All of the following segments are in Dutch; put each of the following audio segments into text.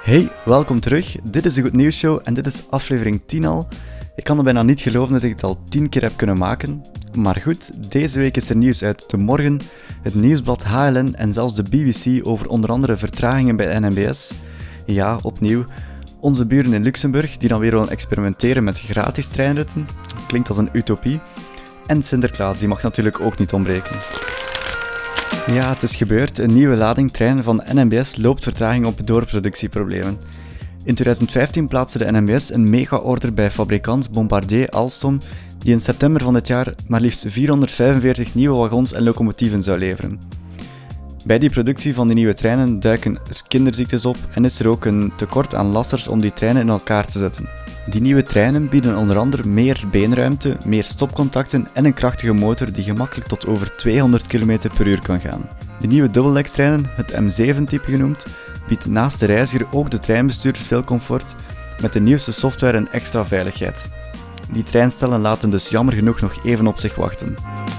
Hey, welkom terug. Dit is de Goed Nieuws Show en dit is aflevering 10 al. Ik kan er bijna niet geloven dat ik het al 10 keer heb kunnen maken. Maar goed, deze week is er nieuws uit De Morgen, het nieuwsblad HLN en zelfs de BBC over onder andere vertragingen bij NMBS. Ja, opnieuw, onze buren in Luxemburg die dan weer willen experimenteren met gratis treinritten. Klinkt als een utopie. En Sinterklaas, die mag natuurlijk ook niet ontbreken. Ja, het is gebeurd. Een nieuwe lading treinen van NMBS loopt vertraging op door productieproblemen. In 2015 plaatste de NMBS een mega-order bij fabrikant Bombardier Alstom, die in september van dit jaar maar liefst 445 nieuwe wagons en locomotieven zou leveren. Bij die productie van die nieuwe treinen duiken er kinderziektes op en is er ook een tekort aan lassers om die treinen in elkaar te zetten. Die nieuwe treinen bieden onder andere meer beenruimte, meer stopcontacten en een krachtige motor die gemakkelijk tot over 200 km per uur kan gaan. De nieuwe dubbeldekstreinen, het M7-type genoemd, biedt naast de reiziger ook de treinbestuurders veel comfort met de nieuwste software en extra veiligheid. Die treinstellen laten dus jammer genoeg nog even op zich wachten.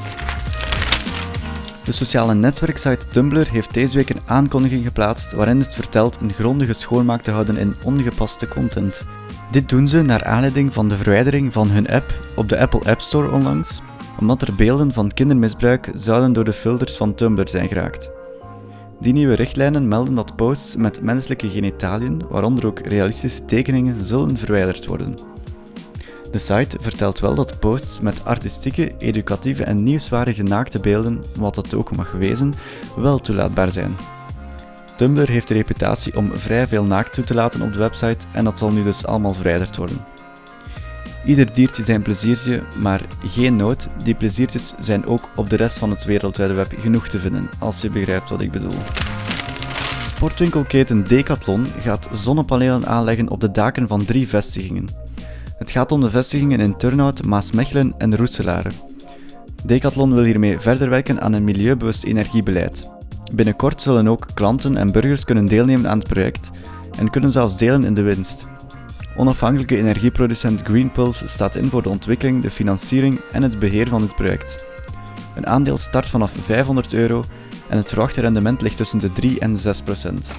De sociale netwerksite Tumblr heeft deze week een aankondiging geplaatst waarin het vertelt een grondige schoonmaak te houden in ongepaste content. Dit doen ze naar aanleiding van de verwijdering van hun app op de Apple App Store onlangs, omdat er beelden van kindermisbruik zouden door de filters van Tumblr zijn geraakt. Die nieuwe richtlijnen melden dat posts met menselijke genitaliën, waaronder ook realistische tekeningen, zullen verwijderd worden. De site vertelt wel dat posts met artistieke, educatieve en nieuwswaardige naakte beelden, wat dat ook mag wezen, wel toelaatbaar zijn. Tumblr heeft de reputatie om vrij veel naakt toe te laten op de website en dat zal nu dus allemaal verwijderd worden. Ieder diertje zijn pleziertje, maar geen nood, die pleziertjes zijn ook op de rest van het wereldwijde web genoeg te vinden, als je begrijpt wat ik bedoel. Sportwinkelketen Decathlon gaat zonnepanelen aanleggen op de daken van 3 vestigingen. Het gaat om de vestigingen in Turnhout, Maasmechelen en Roeselare. Decathlon wil hiermee verder werken aan een milieubewust energiebeleid. Binnenkort zullen ook klanten en burgers kunnen deelnemen aan het project en kunnen zelfs delen in de winst. Onafhankelijke energieproducent Greenpulse staat in voor de ontwikkeling, de financiering en het beheer van dit project. Een aandeel start vanaf €500 en het verwachte rendement ligt tussen de 3 en 6%.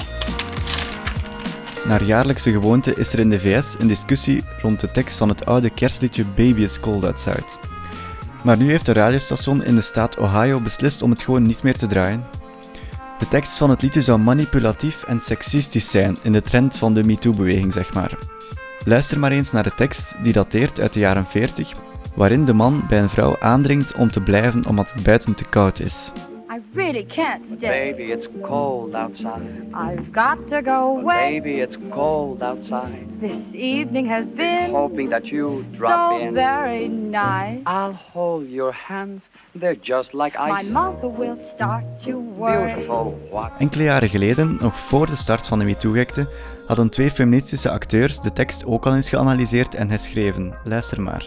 Naar jaarlijkse gewoonte is er in de VS een discussie rond de tekst van het oude kerstliedje Baby It's Cold Outside. Maar nu heeft een radiostation in de staat Ohio beslist om het gewoon niet meer te draaien. De tekst van het liedje zou manipulatief en seksistisch zijn in de trend van de MeToo-beweging, zeg maar. Luister maar eens naar de tekst die dateert uit de jaren 40, waarin de man bij een vrouw aandringt om te blijven omdat het buiten te koud is. I really can't stay. Baby, it's cold outside. I've got to go away. Baby, it's cold outside. This evening has been Hoping that you drop so in. very nice. I'll hold your hands. They're just like ice. My mother will start to worry. Beautiful. What? Enkele jaren geleden, nog voor de start van de MeToo-gekte, hadden 2 feministische acteurs de tekst ook al eens geanalyseerd en herschreven. Luister maar.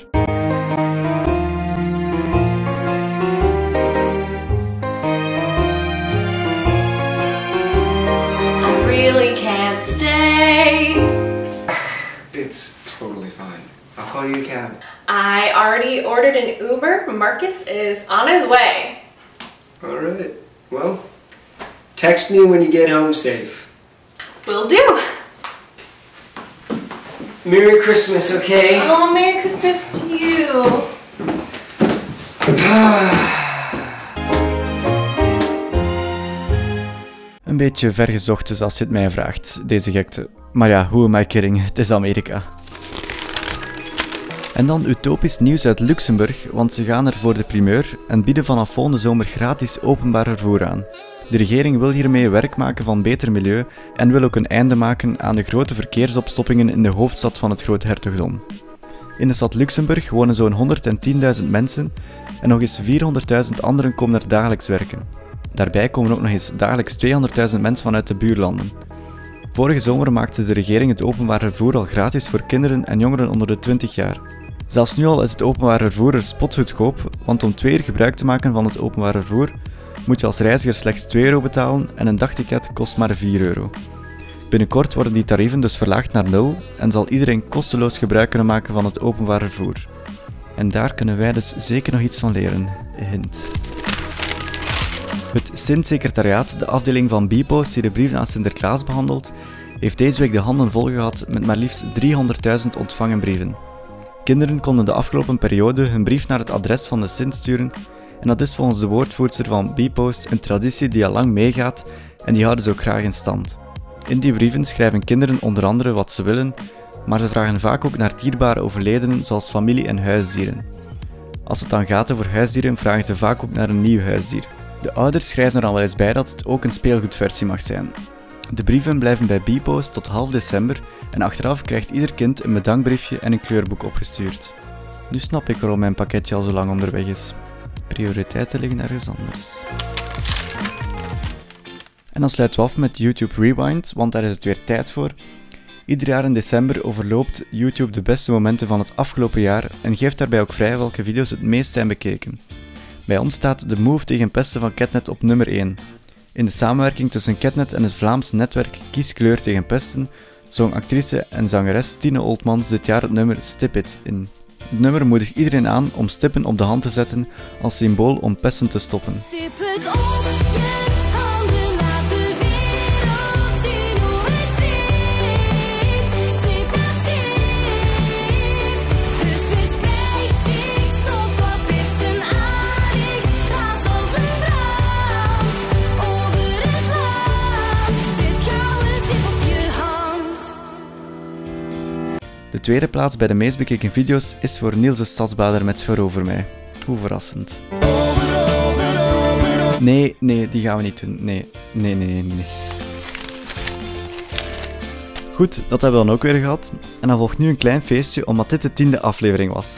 Really can't stay. It's totally fine. I'll call you a cab. I already ordered an Uber. Marcus is on his way. All right. Well, text me when you get home safe. Will do. Merry Christmas, okay? Oh, Merry Christmas to you. Een beetje vergezocht dus als je het mij vraagt, deze gekte. Maar ja, who am I kidding? Het is Amerika. En dan utopisch nieuws uit Luxemburg, want ze gaan er voor de primeur en bieden vanaf volgende zomer gratis openbaar vervoer aan. De regering wil hiermee werk maken van beter milieu en wil ook een einde maken aan de grote verkeersopstoppingen in de hoofdstad van het Groot Hertogdom. In de stad Luxemburg wonen zo'n 110.000 mensen en nog eens 400.000 anderen komen er dagelijks werken. Daarbij komen ook nog eens dagelijks 200.000 mensen vanuit de buurlanden. Vorige zomer maakte de regering het openbaar vervoer al gratis voor kinderen en jongeren onder de 20 jaar. Zelfs nu al is het openbaar vervoer er spotgoedkoop, want om 2 uur gebruik te maken van het openbaar vervoer moet je als reiziger slechts €2 betalen en een dagticket kost maar €4. Binnenkort worden die tarieven dus verlaagd naar 0 en zal iedereen kosteloos gebruik kunnen maken van het openbaar vervoer. En daar kunnen wij dus zeker nog iets van leren. Hint. Het Sint-secretariaat, de afdeling van Bipost die de brieven aan Sinterklaas behandelt, heeft deze week de handen vol gehad met maar liefst 300.000 ontvangen brieven. Kinderen konden de afgelopen periode hun brief naar het adres van de Sint sturen en dat is volgens de woordvoerster van Bpost een traditie die al lang meegaat en die houden ze ook graag in stand. In die brieven schrijven kinderen onder andere wat ze willen, maar ze vragen vaak ook naar dierbare overledenen zoals familie en huisdieren. Als het dan gaat over huisdieren vragen ze vaak ook naar een nieuw huisdier. De ouders schrijven er al wel eens bij dat het ook een speelgoedversie mag zijn. De brieven blijven bij Bpost tot half december en achteraf krijgt ieder kind een bedankbriefje en een kleurboek opgestuurd. Nu snap ik waarom mijn pakketje al zo lang onderweg is. Prioriteiten liggen ergens anders. En dan sluiten we af met YouTube Rewind, want daar is het weer tijd voor. Ieder jaar in december overloopt YouTube de beste momenten van het afgelopen jaar en geeft daarbij ook vrij welke video's het meest zijn bekeken. Bij ons staat de move tegen pesten van Catnet op nummer 1. In de samenwerking tussen Catnet en het Vlaams netwerk Kies Kleur tegen pesten zong actrice en zangeres Tine Oltmans dit jaar het nummer Stip It in. Het nummer moedigt iedereen aan om stippen op de hand te zetten als symbool om pesten te stoppen. Stip het op je handen, laat de wereld zien hoe het zit. Stip het stip, het verspreidt zich, stop wat pesten aardig, raast als een brand. Over het land, zit gauw een stip op je hand. De tweede plaats bij de meest bekeken video's is voor Niels de Stadsbader met Verover mij. Hoe verrassend. Nee, die gaan we niet doen. Nee. Goed, dat hebben we dan ook weer gehad. En dan volgt nu een klein feestje omdat dit de 10e aflevering was.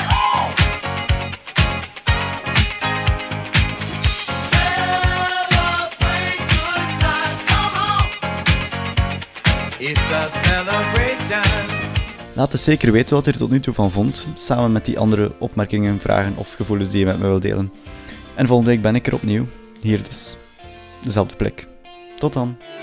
Laat dus zeker weten wat je er tot nu toe van vond, samen met die andere opmerkingen, vragen of gevoelens die je met me wilt delen. En volgende week ben ik er opnieuw, hier dus. Dezelfde plek. Tot dan!